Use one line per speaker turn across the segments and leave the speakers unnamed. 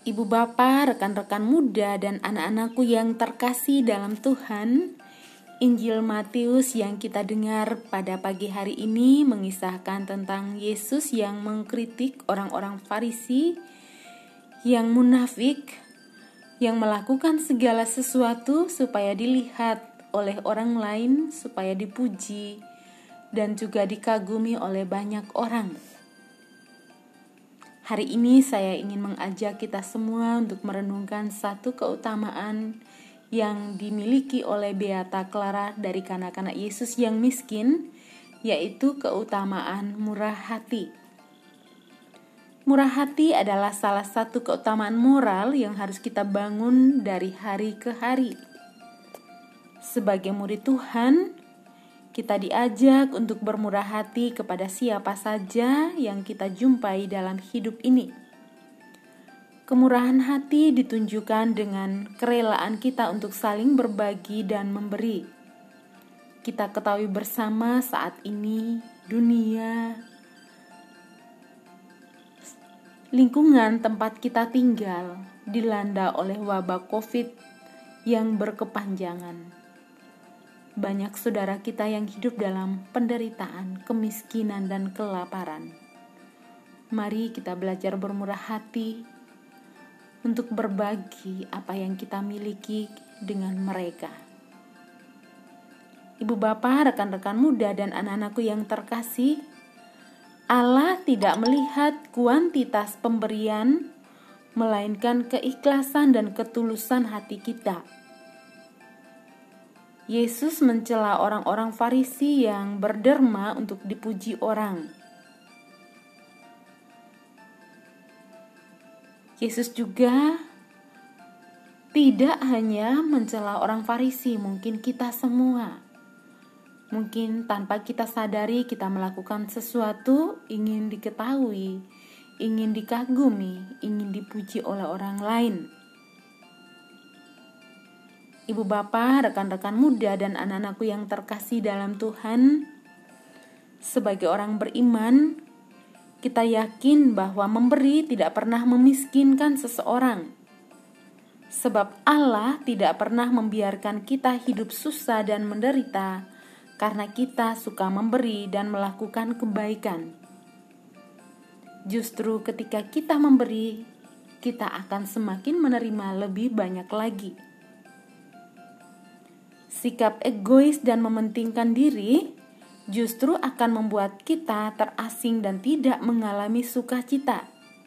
Ibu bapa, rekan-rekan muda, dan anak-anakku yang terkasih dalam Tuhan, Injil Matius yang kita dengar pada pagi hari ini mengisahkan tentang Yesus yang mengkritik orang-orang Farisi yang munafik, yang melakukan segala sesuatu supaya dilihat oleh orang lain, supaya dipuji, dan juga dikagumi oleh banyak orang. Hari ini saya ingin mengajak kita semua untuk merenungkan satu keutamaan yang dimiliki oleh Beata Clara dari kanak-kanak Yesus yang miskin, yaitu keutamaan murah hati. Murah hati adalah salah satu keutamaan moral yang harus kita bangun dari hari ke hari. Sebagai murid Tuhan, kita diajak untuk bermurah hati kepada siapa saja yang kita jumpai dalam hidup ini. Kemurahan hati ditunjukkan dengan kerelaan kita untuk saling berbagi dan memberi. Kita ketahui bersama saat ini dunia, lingkungan tempat kita tinggal dilanda oleh wabah COVID yang berkepanjangan. Banyak saudara kita yang hidup dalam penderitaan, kemiskinan, dan kelaparan. Mari kita belajar bermurah hati untuk berbagi apa yang kita miliki dengan mereka. Ibu bapa, rekan-rekan muda, dan anak-anakku yang terkasih, Allah tidak melihat kuantitas pemberian, melainkan keikhlasan dan ketulusan hati kita. Yesus mencela orang-orang Farisi yang berderma untuk dipuji orang. Yesus juga tidak hanya mencela orang Farisi, mungkin kita semua. Mungkin tanpa kita sadari kita melakukan sesuatu, ingin diketahui, ingin dikagumi, ingin dipuji oleh orang lain. Ibu bapa, rekan-rekan muda, dan anak-anakku yang terkasih dalam Tuhan, sebagai orang beriman, kita yakin bahwa memberi tidak pernah memiskinkan seseorang. Sebab Allah tidak pernah membiarkan kita hidup susah dan menderita karena kita suka memberi dan melakukan kebaikan. Justru ketika kita memberi, kita akan semakin menerima lebih banyak lagi. Sikap egois dan mementingkan diri justru akan membuat kita terasing dan tidak mengalami sukacita.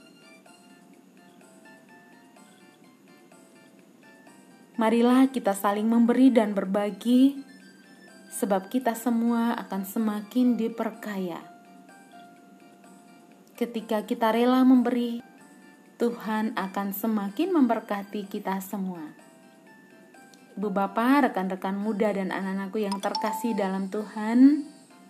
Marilah kita saling memberi dan berbagi, sebab kita semua akan semakin diperkaya. Ketika kita rela memberi, Tuhan akan semakin memberkati kita semua. Ibu bapa, rekan-rekan muda, dan anak-anakku yang terkasih dalam Tuhan,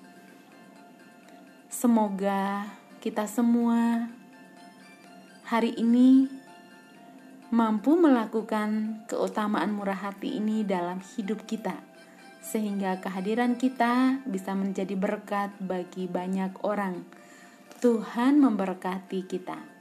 semoga kita semua hari ini mampu melakukan keutamaan murah hati ini dalam hidup kita, sehingga kehadiran kita bisa menjadi berkat bagi banyak orang. Tuhan memberkati kita.